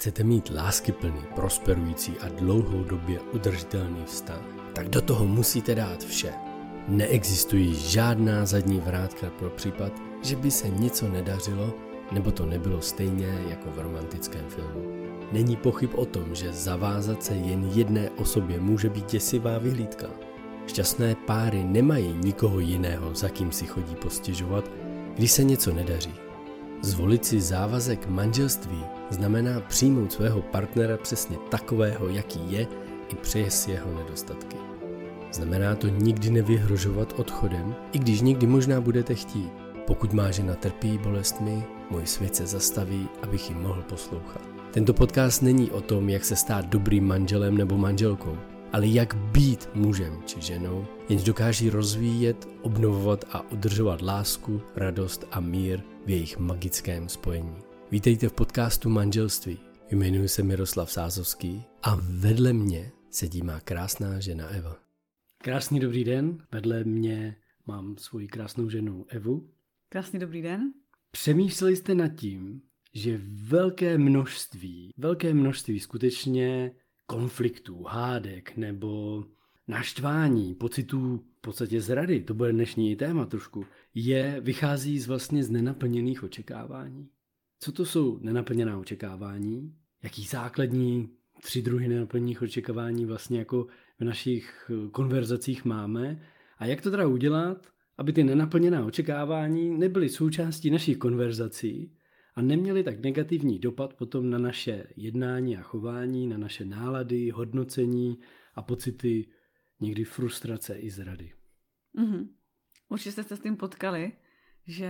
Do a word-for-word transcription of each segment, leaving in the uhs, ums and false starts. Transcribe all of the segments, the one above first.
Chcete mít láskyplný, prosperující a dlouhodobě udržitelný vztah, tak do toho musíte dát vše. Neexistují žádná zadní vrátka pro případ, že by se něco nedařilo, nebo to nebylo stejně jako v romantickém filmu. Není pochyb o tom, že zavázat se jen jedné osobě může být děsivá vyhlídka. Šťastné páry nemají nikoho jiného, za kým si chodí postěžovat, když se něco nedaří. Zvolit si závazek manželství znamená přijmout svého partnera přesně takového, jaký je, i přes jeho nedostatky. Znamená to nikdy nevyhrožovat odchodem, i když někdy možná budete chtít. Pokud má žena trpí bolestmi, můj svět se zastaví, abych ji mohl poslouchat. Tento podcast není o tom, jak se stát dobrým manželem nebo manželkou, ale jak být mužem či ženou, jenž dokáží rozvíjet, obnovovat a udržovat lásku, radost a mír v jejich magickém spojení. Vítejte v podcastu Manželství. Jmenuji se Miroslav Sázovský a vedle mě sedí má krásná žena Eva. Krásný dobrý den, vedle mě mám svoji krásnou ženu Evu. Krásný dobrý den. Přemýšleli jste nad tím, že velké množství, velké množství skutečně konfliktů, hádek nebo naštvání, pocitů v podstatě zrady, to bude dnešní téma trošku, je, vychází z vlastně z nenaplněných očekávání. Co to jsou nenaplněná očekávání? Jaký základní tři druhy nenaplněných očekávání vlastně jako v našich konverzacích máme? A jak to teda udělat, aby ty nenaplněná očekávání nebyly součástí našich konverzací a neměly tak negativní dopad potom na naše jednání a chování, na naše nálady, hodnocení a pocity někdy frustrace i zrady. Mm-hmm. Určitě jste se s tím potkali, že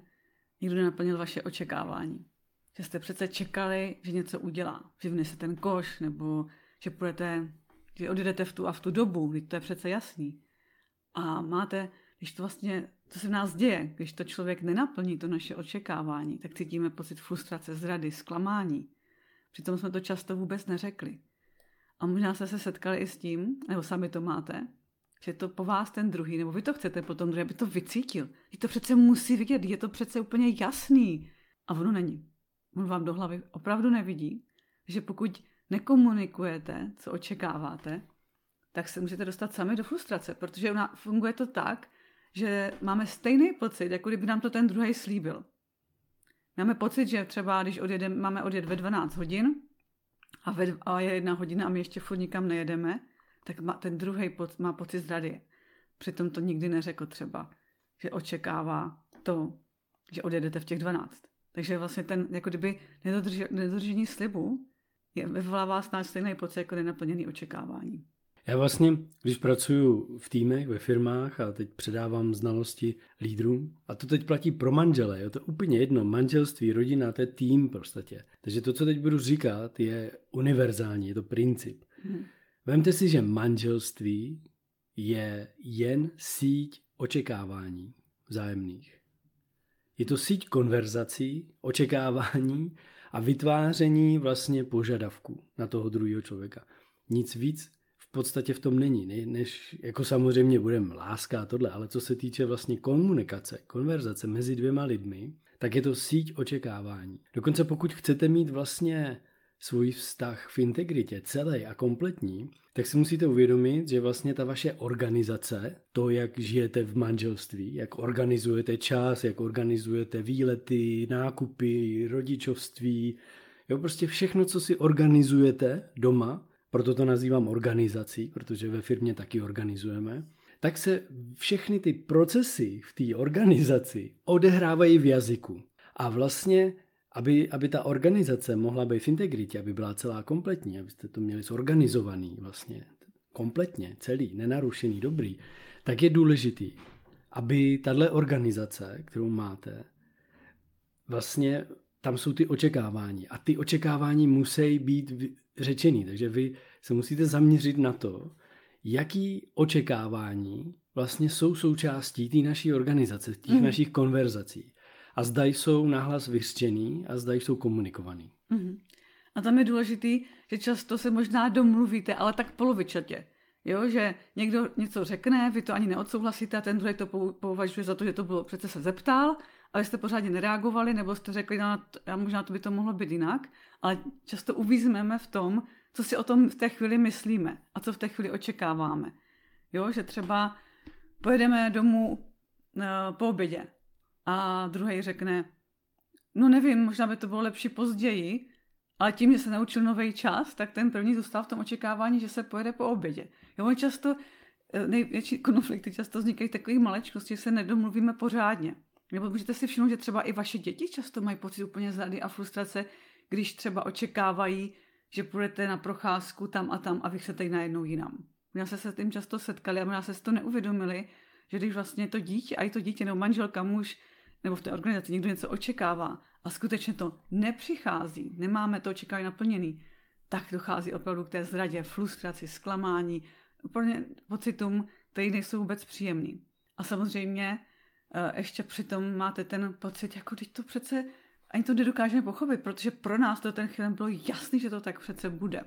někdo nenaplnil vaše očekávání. Že jste přece čekali, že něco udělá, že vnese ten koš, nebo že půjdete, že odjedete v tu a v tu dobu, když to je přece jasný. A máte, když to vlastně, co se v nás děje, když to člověk nenaplní to naše očekávání, tak cítíme pocit frustrace, zrady, zklamání. Přitom jsme to často vůbec neřekli. A možná jste se setkali i s tím, nebo sami to máte, že to po vás ten druhý, nebo vy to chcete potom druhý, aby to vycítil. Je to přece musí vidět, je to přece úplně jasný. A ono není. On vám do hlavy opravdu nevidí, že pokud nekomunikujete, co očekáváte, tak se můžete dostat sami do frustrace, protože ona, funguje to tak, že máme stejný pocit, jako kdyby nám to ten druhý slíbil. Máme pocit, že třeba, když odjedem, máme odjet ve dvanáct hodin a, ve, a je jedna hodina a my ještě furt nikam nejedeme, tak má, ten druhý poc, má pocit zrady. Přitom to nikdy neřekl třeba, že očekává to, že odjedete v těch dvanáct. Takže vlastně ten, jako kdyby nedodrž, nedodržení slibu je, vyvolává snad stejný pocit jako nenaplněný očekávání. Já vlastně, když pracuji v týmech, ve firmách a teď předávám znalosti lídrům, a to teď platí pro manžele, je to úplně jedno, manželství, rodina, to je tým prostě. Takže to, co teď budu říkat, je univerzální, je to princip. Hmm. Vemte si, že manželství je jen síť očekávání vzájemných. Je to síť konverzací, očekávání a vytváření vlastně požadavků na toho druhého člověka. Nic víc v podstatě v tom není, ne, než jako samozřejmě budeme láska a tohle, ale co se týče vlastně komunikace, konverzace mezi dvěma lidmi, tak je to síť očekávání. Dokonce pokud chcete mít vlastně svůj vztah v integritě celý a kompletní, tak si musíte uvědomit, že vlastně ta vaše organizace, to, jak žijete v manželství, jak organizujete čas, jak organizujete výlety, nákupy, rodičovství, jo, prostě všechno, co si organizujete doma, proto to nazývám organizací, protože ve firmě taky organizujeme, tak se všechny ty procesy v té organizaci odehrávají v jazyku. A vlastně Aby, aby ta organizace mohla být v integritě, aby byla celá kompletní, abyste to měli zorganizovaný vlastně kompletně, celý, nenarušený, dobrý, tak je důležitý, aby tahle organizace, kterou máte, vlastně tam jsou ty očekávání a ty očekávání musí být řečený, takže vy se musíte zaměřit na to, jaký očekávání vlastně jsou součástí té naší organizace, těch mm. našich konverzací. A zda jsou nahlas vyřčený a zda jsou komunikovaný. Mm-hmm. A tam je důležitý, že často se možná domluvíte, ale tak polovičatě. Jo, že někdo něco řekne, vy to ani neodsouhlasíte a ten druhý to považuje za to, že to bylo, přece se zeptal ale jste pořádně nereagovali, nebo jste řekli, no, a možná to by to mohlo být jinak, ale často uvízneme v tom, co si o tom v té chvíli myslíme a co v té chvíli očekáváme. Jo, že třeba pojedeme domů uh, po obědě a druhý řekne, no nevím, možná by to bylo lepší později, ale tím, že se naučil nový čas, tak ten první zůstal v tom očekávání, že se pojede po obědě. Jo, často, největší konflikty často vznikají takových maličkostí, že se nedomluvíme pořádně. Nebo můžete si všimnout, že třeba i vaše děti často mají pocit úplně zrady a frustrace, když třeba očekávají, že půjdete na procházku tam a tam a vy chcete jít najednou jinam. My jsme se s tím často setkali a my se to neuvědomili, že když vlastně to dítě, a i to dítě nebo manželka, muž, nebo v té organizaci někdo něco očekává a skutečně to nepřichází, nemáme to očekávání naplněný, tak dochází opravdu k té zradě, frustraci, zklamání, úplně pocitům, které nejsou vůbec příjemný. A samozřejmě ještě přitom máte ten pocit, jako teď to přece ani to nedokážeme pochopit, protože pro nás to ten chvíli bylo jasný, že to tak přece bude.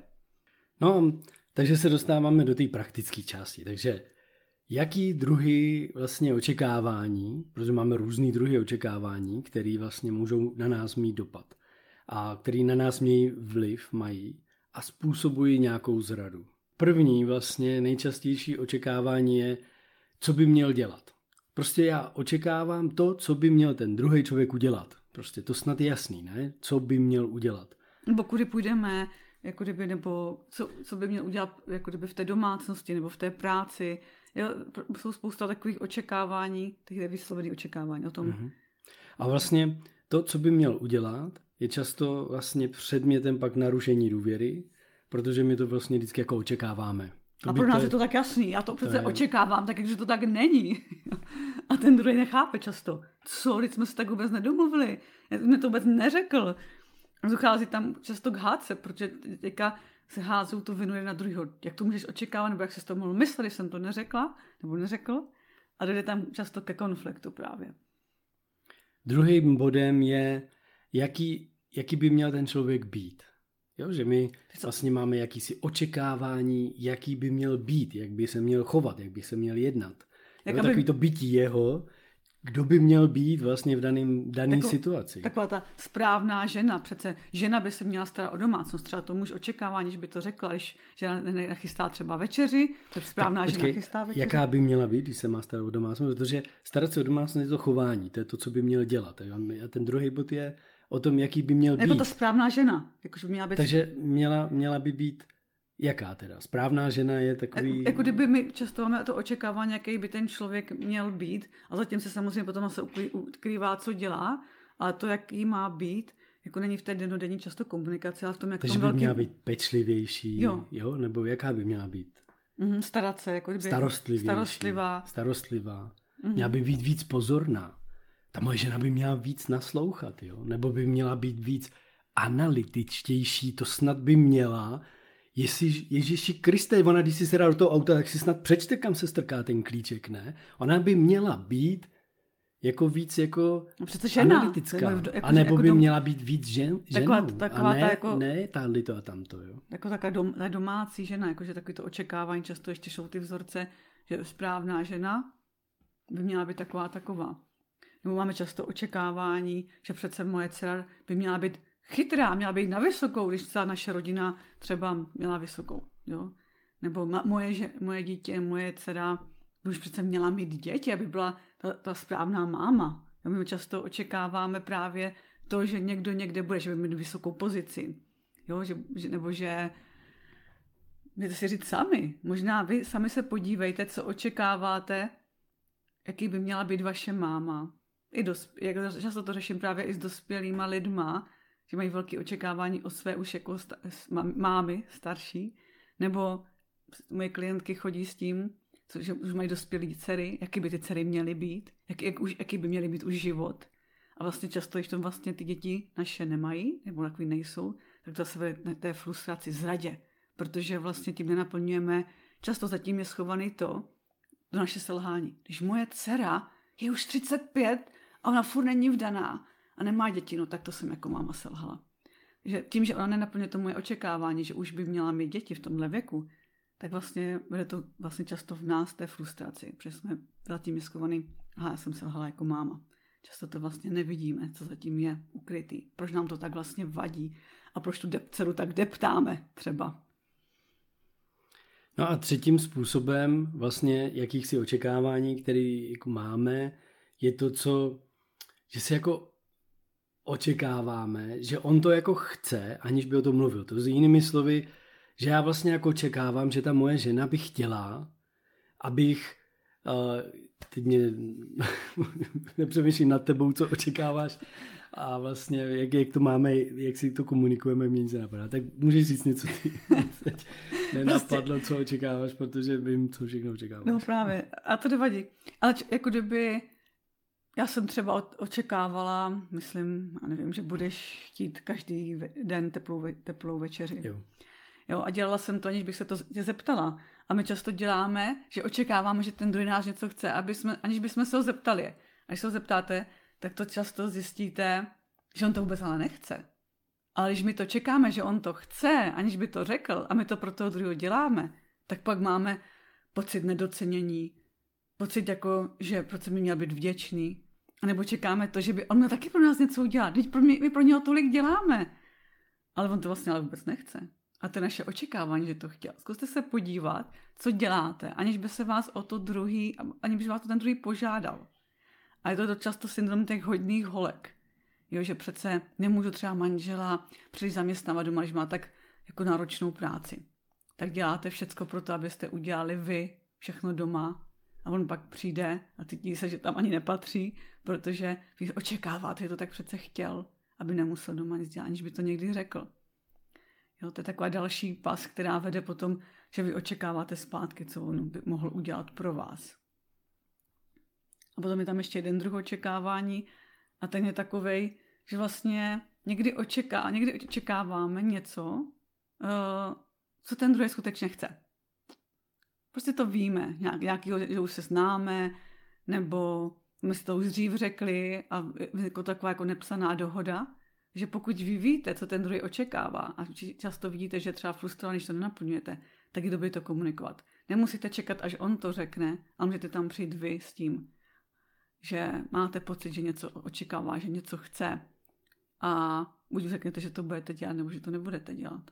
No, takže se dostáváme do té praktické části. Takže jaký druhy vlastně očekávání, protože máme různý druhy očekávání, které vlastně můžou na nás mít dopad a který na nás mají vliv, mají a způsobují nějakou zradu. První vlastně nejčastější očekávání je, co by měl dělat. Prostě já očekávám to, co by měl ten druhý člověk udělat. Prostě to snad je jasný, ne? Co by měl udělat. Nebo kudy půjdeme, jako kdyby, nebo co, co by měl udělat jako kdyby v té domácnosti nebo v té práci. Jo, jsou spousta takových očekávání, těch vyslovených očekávání o tom. Mm-hmm. A vlastně to, co by měl udělat, je často vlastně předmětem pak narušení důvěry, protože my to vlastně vždycky jako očekáváme. To a pro nás to je to tak jasný, já to přece to je... očekávám, tak takže to tak není. A ten druhý nechápe často. Co, když jsme se tak vůbec nedomluvili, mě to vůbec neřekl. Dochází tam často k hádce, protože teďka se házou tu vinu na druhého. Jak to můžeš očekávat, nebo jak se z toho mohl myslet, když jsem to neřekla, nebo neřekl. A jde tam často ke konfliktu právě. Druhým bodem je, jaký, jaký by měl ten člověk být. Jo, že my vlastně máme jakýsi očekávání, jaký by měl být, jak by se měl chovat, jak by se měl jednat. Jo, aby... Takový to bytí jeho, kdo by měl být vlastně v daném dané Tako, situaci. Taková ta správná žena, přece žena by se měla starat o domácnost, třeba to muž očekávání, že by to řekla, když žena nachystá třeba večeři, to je správná tak, žena počkej, chystá večeři. Jaká by měla být, když se má starat o domácnost, protože starat se o domácnost je to chování, to je to, co by měl dělat. A ten druhý bod je o tom, jaký by měl být. Nebo ta správná žena. Jakože by měla být... Takže měla, měla by být jaká teda? Správná žena je takový... Jako kdyby my často máme to očekávání, jaký by ten člověk měl být a zatím se samozřejmě potom se ukrývá, co dělá, ale to, jaký má být, jako není v té dennodenní často komunikace, ale v tom, jak Takže tom by velký... měla být pečlivější, jo. jo? Nebo jaká by měla být? Mm, starat se, jako kdyby... Starostlivější. Starostlivá. Starostlivá. Mm. Měla by být víc pozorná. Ta moje žena by měla víc naslouchat, jo? Nebo by měla být víc analytičtější, to snad by měla. Jestli Ježíši Kriste, ona když si se dá do toho auta, tak si snad přečte, kam se strká ten klíček, ne? Ona by měla být jako víc jako no žena, analytická. Jako, a nebo by dom... měla být víc žen, ženou. Taková, taková a ne, ta jako, ne tady to a tamto, jo. Jako taková dom, ta domácí žena, jakože takový to očekávání, často ještě jsou ty vzorce, že správná žena by měla být taková taková. Nebo máme často očekávání, že přece moje dcera by měla být chytrá, měla být na vysokou, když celá naše rodina třeba měla vysokou. Jo? Nebo ma, moje, moje dítě, moje dcera by už přece měla mít děti, aby byla ta, ta správná máma. A my často očekáváme právě to, že někdo někde bude, že by mít vysokou pozici. Jo? Že, že, nebo že můžete si říct sami. Možná vy sami se podívejte, co očekáváte, jaký by měla být vaše máma. I dosp- jak často to řeším právě i s dospělýma lidma, že mají velké očekávání o své už jako sta- mámy starší, nebo moje klientky chodí s tím, co, že už mají dospělé dcery, jaký by ty dcery měly být, jak, jak už, jaký by měly být už život. A vlastně často, když to vlastně ty děti naše nemají, nebo takový nejsou, tak to se vede té frustraci, zradě, protože vlastně tím nenaplňujeme, často zatím je schovaný to, do naše selhání. Když moje dcera je už třicet pět a ona furt není vdaná a nemá děti, no tak to jsem jako máma selhala. Že tím, že ona nenaplňuje to moje očekávání, že už by měla mít děti v tomhle věku, tak vlastně bude to vlastně často v nás té frustraci, protože jsme zatím je schovaný, aha, já jsem selhala jako máma. často to vlastně nevidíme, co zatím je ukrytý. Proč nám to tak vlastně vadí a proč tu dceru tak deptáme třeba. No a třetím způsobem vlastně jakýchsi očekávání, který jako máme, je to, co, že si jako očekáváme, že on to jako chce, aniž by o tom mluvil. To s jinými slovy, že já vlastně jako očekávám, že ta moje žena by chtěla, abych, uh, teď mě nepřemýšlím nad tebou, co očekáváš a vlastně jak, jak to máme, jak si to komunikujeme, mě nic nenapadá. Tak můžeš říct něco ty. Teď nenapadlo, co očekáváš, protože vím, co všechno očekáváš. No právě, a to nevadí. Ale č- jako kdyby já jsem třeba očekávala, myslím, a nevím, že budeš chtít každý den teplou, teplou večeři. Jo. Jo, a dělala jsem to, aniž bych se to tě zeptala. A my často děláme, že očekáváme, že ten druhý náš něco chce, aby jsme, aniž bychom se ho zeptali. A když se ho zeptáte, tak to často zjistíte, že on to vůbec ale nechce. Ale když my to čekáme, že on to chce, aniž by to řekl, a my to pro toho druhého děláme, tak pak máme pocit nedocenění, pocit jako, že proč by měl být vděčný. A nebo čekáme to, že by on měl taky pro nás něco udělat. Teď pro mě, my pro něho tolik děláme. Ale on to vlastně ale vůbec nechce. A to je naše očekávání, že to chtěl. Zkuste se podívat, co děláte, aniž by se vás o to druhý, aniž by vás to ten druhý požádal. A je to často syndrom těch hodných holek. Jo, že přece nemůžu třeba manžela příliš zaměstnávat doma, když má tak jako náročnou práci. Tak děláte všecko pro to, abyste udělali vy všechno doma. A on pak přijde a cítí se, že tam ani nepatří, protože vy očekáváte, že to tak přece chtěl, aby nemusel doma nic dělat, aniž by to někdy řekl. Jo, to je taková další pas, která vede potom, že vy očekáváte zpátky, co on by mohl udělat pro vás. A potom je tam ještě jeden druh očekávání a ten je takovej, že vlastně někdy, očeká, někdy očekáváme něco, co ten druhý skutečně chce. Prostě to víme, nějakýho, že už se známe, nebo my si to už dřív řekli a jako taková jako nepsaná dohoda, že pokud vy víte, co ten druhý očekává a často vidíte, že třeba frustrovaný, když to nenaplňujete, tak je dobré to komunikovat. Nemusíte čekat, až on to řekne, ale můžete tam přijít vy s tím, že máte pocit, že něco očekává, že něco chce a buď řeknete, že to budete dělat, nebo že to nebudete dělat.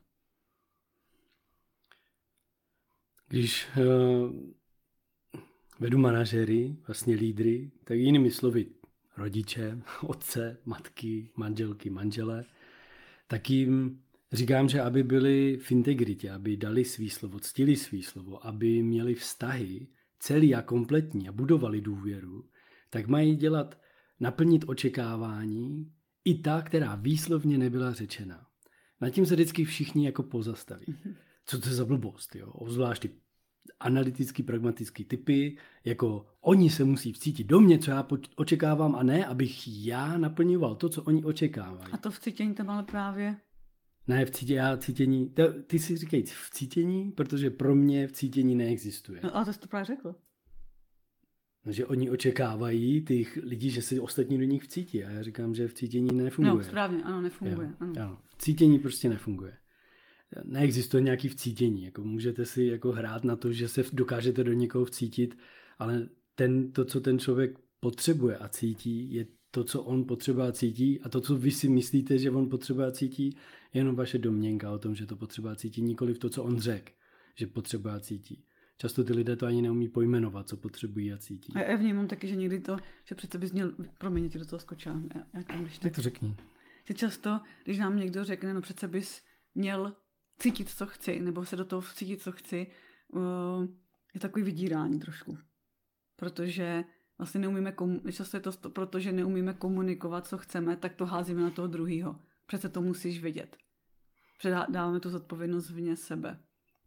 Když uh, vedu manažery, vlastně lídry, tak jinými slovy rodiče, otce, matky, manželky, manžele, tak jim říkám, že aby byli v integritě, aby dali svý slovo, ctili svý slovo, aby měli vztahy celý a kompletní a budovali důvěru, tak mají dělat, naplnit očekávání i ta, která výslovně nebyla řečena. Nad tím se vždycky všichni jako pozastaví. Mm-hmm. Co to je za blbost, jo? Obzvlášť ty analytický, pragmatický typy, jako oni se musí vcítit do mě, co já očekávám, a ne, abych já naplňoval to, co oni očekávají. A to vcítění tam ale právě... Ne, v cítě, já cítění, ty si říkají v cítění, protože pro mě v cítění neexistuje. No, ale to jsi to právě řekl. No, že oni očekávají těch lidí, že se ostatní do nich vcítí. A já říkám, že v cítění nefunguje. No, správně, ano, nefunguje. Jo, ano. Ano, v cítění prostě nefunguje. Neexistuje nějaký vcítění. Jako můžete si jako hrát na to, že se dokážete do někoho vcítit, ale ten, to, co ten člověk potřebuje a cítí, je to, co on potřebuje a cítí, a to, co vy si myslíte, že on potřebuje a cítí, je jenom vaše domněnka o tom, že to potřebuje a cítí, nikoliv to, co on řekl, že potřebuje a cítí. Často ty lidé to ani neumí pojmenovat, co potřebují a cítí. A já vnímám taky, že někdy to, že přece bys měl, promiň, ti do toho skočila. Tak to řekni. Že často, když nám někdo řekne, no přece bys měl cítit, co chci, nebo se do toho cítit, co chci, je takový vydírání trošku. Protože vlastně neumíme, komu- často je to proto, že neumíme komunikovat, co chceme, tak to házíme na toho druhýho. Přece to musíš vědět. Předáváme tu zodpovědnost vně sebe.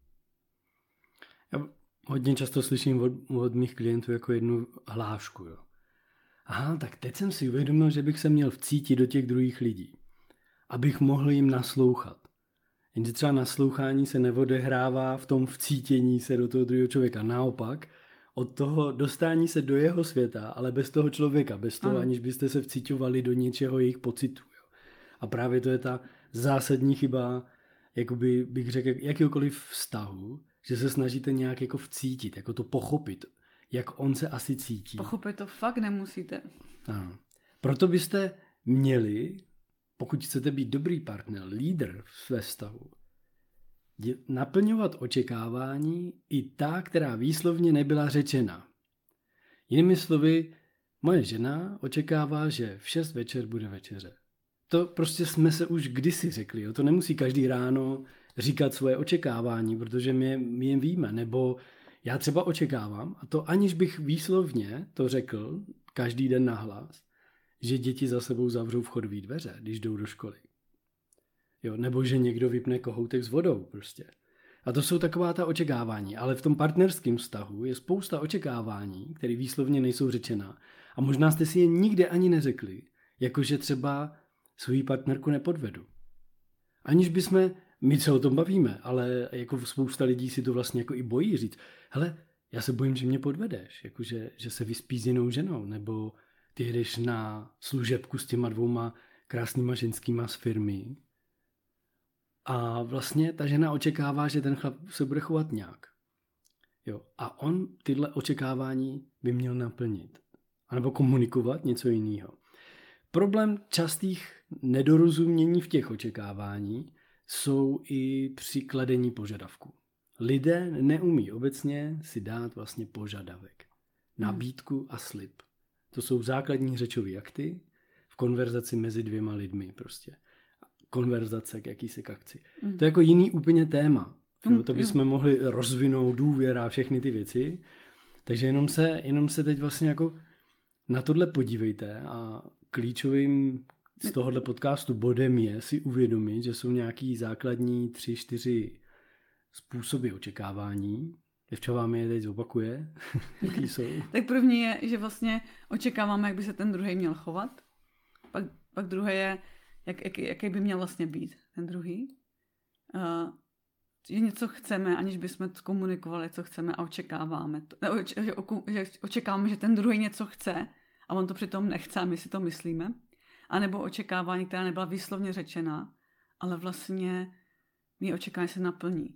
Já hodně často slyším od, od mých klientů jako jednu hlášku. Jo. Aha, tak teď jsem si uvědomil, že bych se měl vcítit do těch druhých lidí. Abych mohl jim naslouchat. Jenže třeba naslouchání se neodehrává v tom vcítění se do toho druhého člověka. Naopak, od toho dostání se do jeho světa, ale bez toho člověka, bez toho, ano. Aniž byste se vciťovali do něčeho jejich pocitů. Jo. A právě to je ta zásadní chyba, jakoby bych řekl, jakýkoliv vztahu, že se snažíte nějak jako vcítit, jako to pochopit, jak on se asi cítí. Pochopit to fakt nemusíte. Ano. Proto byste měli, pokud chcete být dobrý partner, lídr ve vztahu, naplňovat očekávání i ta, která výslovně nebyla řečena. Jinými slovy, moje žena očekává, že v šest večer bude večeře. To prostě jsme se už kdysi řekli. Jo? To nemusí každý ráno říkat svoje očekávání, protože my, my jen víme. Nebo já třeba očekávám, a to aniž bych výslovně to řekl každý den nahlas, že děti za sebou zavřou vchodové dveře, když jdou do školy. Jo? Nebo že někdo vypne kohoutek s vodou prostě. A to jsou taková ta očekávání. Ale v tom partnerském vztahu je spousta očekávání, které výslovně nejsou řečená. A možná jste si je nikde ani neřekli, jakože třeba svou partnerku nepodvedu. Aniž bychom, my se o tom bavíme, ale jako spousta lidí si to vlastně jako i bojí říct. Hele, já se bojím, že mě podvedeš, jakože, že se vyspí s jinou ženou, nebo ty jedeš na služebku s těma dvouma krásnýma ženskýma z firmy a vlastně ta žena očekává, že ten chlap se bude chovat nějak. Jo. A on tyhle očekávání by měl naplnit. A nebo komunikovat něco jiného. Problém častých nedorozumění v těch očekávání jsou i při kladení požadavků. Lidé neumí obecně si dát vlastně požadavek, nabídku a slib. To jsou základní řečové akty v konverzaci mezi dvěma lidmi prostě. Konverzace k jakýsi k akci. Mm. To je jako jiný úplně téma. Mm, to bychom mohli rozvinout důvěra a všechny ty věci. Takže jenom se, jenom se teď vlastně jako na tohle podívejte a klíčovým z tohohle podcastu bodem je si uvědomit, že jsou nějaký základní tři, čtyři způsoby očekávání. Děvča vám je teď zopakuje. Jaký jsou? Tak první je, že vlastně očekáváme, jak by se ten druhý měl chovat. Pak, pak druhé je, jak, jak, jaký by měl vlastně být ten druhý. Uh, že něco chceme, aniž bychom komunikovali, co chceme a očekáváme. To, ne, že, že očekáváme, že ten druhý něco chce a on to přitom nechce a my si to myslíme. A nebo očekávání, která nebyla výslovně řečená, ale vlastně my očekávání se naplní.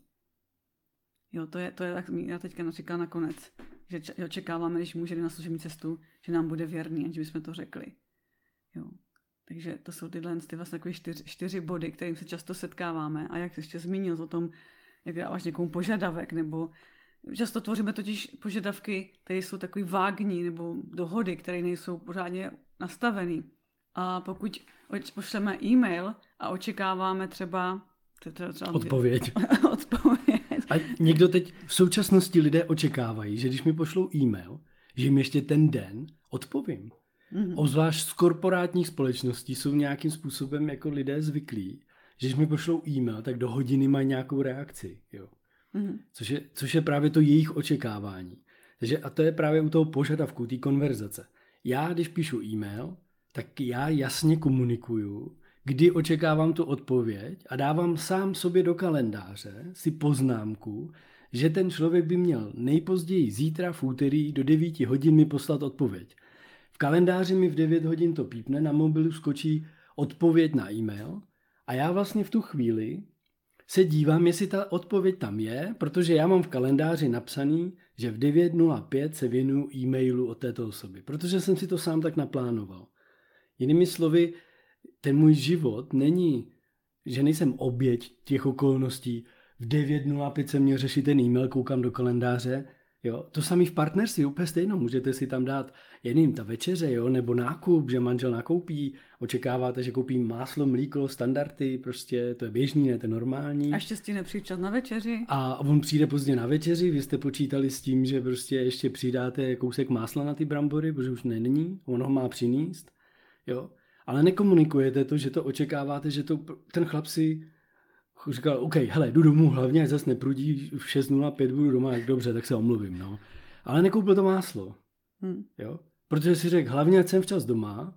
Jo, to je, to je tak, já teďka říkám nakonec, že očekáváme, když muž jde na služební cestu, že nám bude věrný, aniž bychom to řekli. Jo. Takže to jsou tyhle ty vlastně takové čtyři, čtyři body, kterým se často setkáváme. A jak jsi ještě zmínil o tom, jak dáváš někomu požadavek, nebo často tvoříme totiž požadavky, které jsou takový vágní, nebo dohody, které nejsou pořádně nastavený. A pokud pošleme e-mail a očekáváme třeba... třeba odpověď. odpověď. A někdo teď v současnosti lidé očekávají, že když mi pošlou e-mail, že jim ještě ten den odpovím. Mm-hmm. Obzvlášť z korporátních společností jsou nějakým způsobem jako lidé zvyklí, že když mi pošlou e-mail, tak do hodiny mají nějakou reakci. Jo. Mm-hmm. Což, je, což je právě to jejich očekávání. Takže, a to je právě u toho požadavku, té konverzace. Já, když píšu e-mail, tak já jasně komunikuju, kdy očekávám tu odpověď a dávám sám sobě do kalendáře si poznámku, že ten člověk by měl nejpozději zítra v úterý do devíti hodin mi poslat odpověď. V kalendáři mi v devět hodin to pípne, na mobilu skočí odpověď na e-mail a já vlastně v tu chvíli se dívám, jestli ta odpověď tam je, protože já mám v kalendáři napsaný, že v devět nula pět se věnuju e-mailu od této osoby, protože jsem si to sám tak naplánoval. Jinými slovy, ten můj život není, že nejsem oběť těch okolností. V devět nula pět se mě řešit ten e-mail, koukám do kalendáře. Jo. To samé v partnerství, úplně stejno. Můžete si tam dát jedním ta večeře, jo, nebo nákup, že manžel nakoupí. Očekáváte, že koupí máslo, mlíko, standardy, prostě to je běžný, ne, to je normální. A ještě stihne přijít čas na večeři. A on přijde pozdě na večeři, vy jste počítali s tím, že prostě ještě přidáte kousek másla na ty brambory, protože už není, on ho má přinést. Jo. Ale nekomunikujete to, že to očekáváte, že to, ten chlap si říkal, OK, hele, jdu domů hlavně, ať zase neprudí, v šest nula pět budu doma, jak dobře, tak se omluvím, no. Ale nekoupil to máslo, hmm. jo. Protože si řekl, hlavně ať jsem včas doma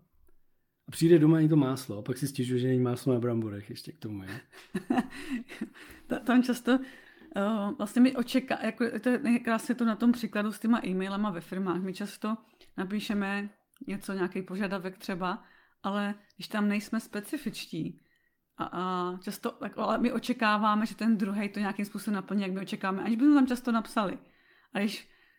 a přijde doma i to máslo a pak si stěžuje, že není máslo na bramborech ještě k tomu, je. Tam často uh, vlastně mi očeká, jako, to je krásně to na tom příkladu s těma e-mailama ve firmách, my často napíšeme něco, nějaký požadavek třeba, ale když tam nejsme specifičtí a, a často, tak, ale my očekáváme, že ten druhej to nějakým způsobem naplní, jak my očekáváme, aniž bychom tam často napsali. A když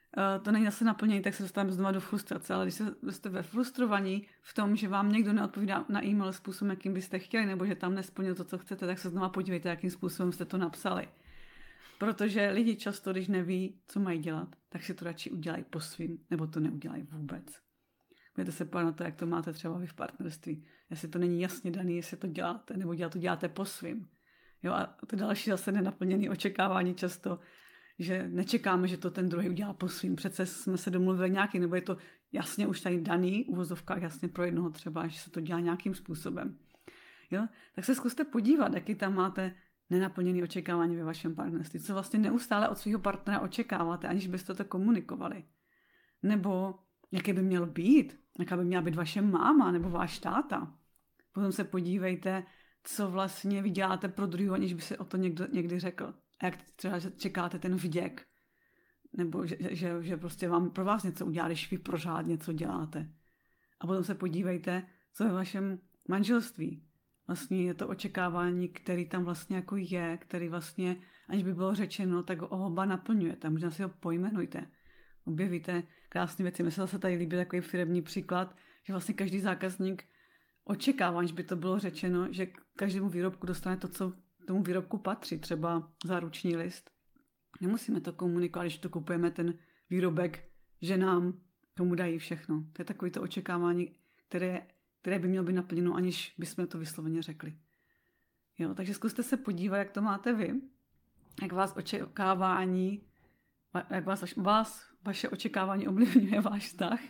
to není zase naplnění, tak se dostaneme znova do frustrace, ale když se, jste ve frustrovaní v tom, že vám někdo neodpovídá na e-mail způsobem, jakým byste chtěli, nebo že tam nesplnil to, co chcete, tak se znova podívejte, jakým způsobem jste to napsali. Protože lidi často, když neví, co mají dělat, tak si to radši udělají po svým, nebo to neudělají vůbec. Můžete se podívat na to, jak to máte třeba vy v partnerství. Jestli to není jasně daný, jestli to děláte, nebo dělat to děláte po svým. Jo, a to další zase nenaplněné očekávání často, že nečekáme, že to ten druhý udělá po svým. Přece jsme se domluvili nějaký, nebo je to jasně už tady daný, v uvozovkách jasně pro jednoho třeba, že se to dělá nějakým způsobem. Jo? Tak se zkuste podívat, jaký tam máte nenaplněné očekávání ve vašem partnerství. Co vlastně neustále od svého partnera očekáváte, aniž byste to komunikovali. Nebo jaký by měl být, jaká by měla být vaše máma nebo váš táta. Potom se podívejte, co vlastně vy děláte pro druhého, aniž by se o to někdo někdy řekl. A jak třeba čekáte ten vděk. Nebo že, že, že prostě vám pro vás něco udělá, když vy pořád něco děláte. A potom se podívejte, co je ve vašem manželství. Vlastně je to očekávání, který tam vlastně jako je, který vlastně, aniž by bylo řečeno, tak ho oba naplňujete. Možná si ho pojmenujte. Objevíte krásné věci. Mně se zase tady líbí takový firemní příklad, že vlastně každý zákazník očekává, aniž by to bylo řečeno, že každému výrobku dostane to, co tomu výrobku patří, třeba záruční list. Nemusíme to komunikovat, když to kupujeme ten výrobek, že nám tomu dají všechno. To je takové to očekávání, které, které by mělo být naplněno, aniž bychom to vysloveně řekli. Jo, takže zkuste se podívat, jak to máte vy, jak vás očekávání, jak vás, vás vaše očekávání ovlivňuje váš vztah.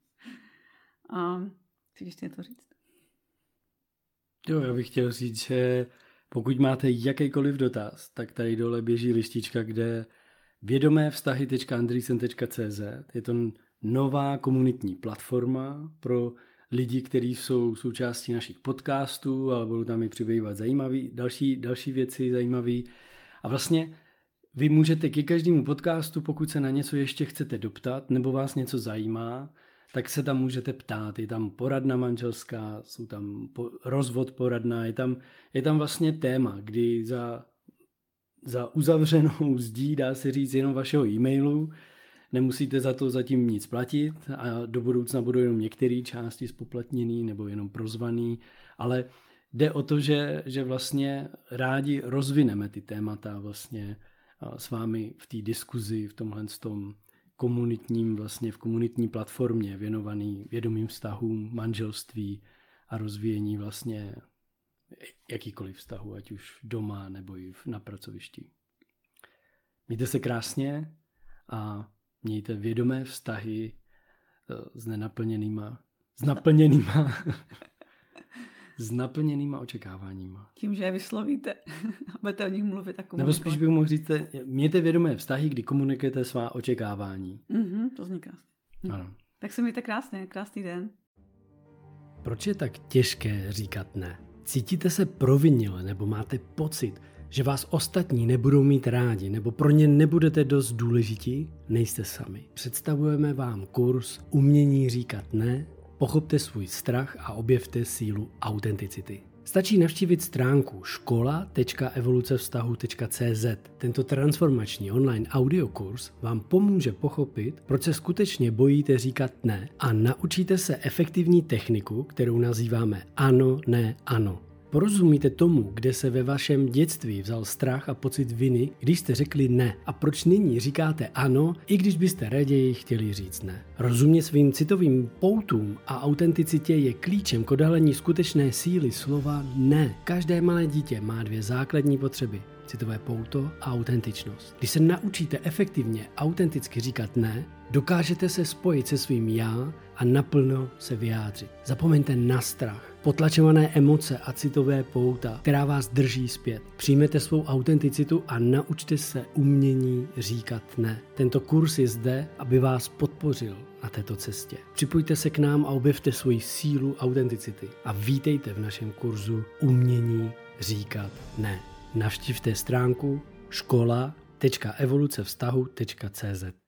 A chci ještě to říct? Jo, já bych chtěl říct, že pokud máte jakýkoliv dotaz, tak tady dole běží listička, kde vědomé vztahy tečka andresen tečka cé zet. Je to nová komunitní platforma pro lidi, kteří jsou součástí našich podcastů, ale budou tam i přibývat zajímavý, další, další věci zajímavé. A vlastně vy můžete ke každému podcastu, pokud se na něco ještě chcete doptat, nebo vás něco zajímá, tak se tam můžete ptát. Je tam poradna manželská, jsou tam po, rozvod poradna, je tam, je tam vlastně téma, kdy za, za uzavřenou zdí, dá se říct, jenom vašeho e-mailu, nemusíte za to zatím nic platit a do budoucna budou jenom některé části spoplatněný nebo jenom prozvaný, ale jde o to, že, že vlastně rádi rozvineme ty témata vlastně s vámi v té diskuzi, v tomhle tom komunitním, vlastně v komunitní platformě věnovaný vědomým vztahům, manželství a rozvíjení vlastně jakýkoliv vztahu, ať už doma nebo i na pracovišti. Mějte se krásně a mějte vědomé vztahy s nenaplněnýma, s naplněnýma, s naplněnýma očekáváníma. Tím, že je vyslovíte, budete o nich mluvit a komunikovat. Nebo spíš bych mohl říct, mějte vědomé vztahy, kdy komunikujete svá očekávání. Mm-hmm, to zní krásně. Ano. Tak se mějte krásně, krásný den. Proč je tak těžké říkat ne? Cítíte se provinile nebo máte pocit, že vás ostatní nebudou mít rádi nebo pro ně nebudete dost důležití? Nejste sami. Představujeme vám kurz Umění říkat ne, pochopte svůj strach a objevte sílu autenticity. Stačí navštívit stránku škola tečka evoluce vztahu tečka cé zet. Tento transformační online audiokurs vám pomůže pochopit, proč se skutečně bojíte říkat ne a naučíte se efektivní techniku, kterou nazýváme ano, ne, ano. Porozumíte tomu, kde se ve vašem dětství vzal strach a pocit viny, když jste řekli ne a proč nyní říkáte ano, i když byste raději chtěli říct ne. Rozumět svým citovým poutům a autenticitě je klíčem k odhalení skutečné síly slova ne. Každé malé dítě má dvě základní potřeby. Citové pouto a autentičnost. Když se naučíte efektivně autenticky říkat ne, dokážete se spojit se svým já a naplno se vyjádřit. Zapomeňte na strach, potlačované emoce a citové pouta, která vás drží zpět. Přijměte svou autenticitu a naučte se umění říkat ne. Tento kurz je zde, aby vás podpořil na této cestě. Připojte se k nám a objevte svoji sílu autenticity a vítejte v našem kurzu Umění říkat ne. Navštivte stránku škola tečka evoluce vztahu tečka cé zet.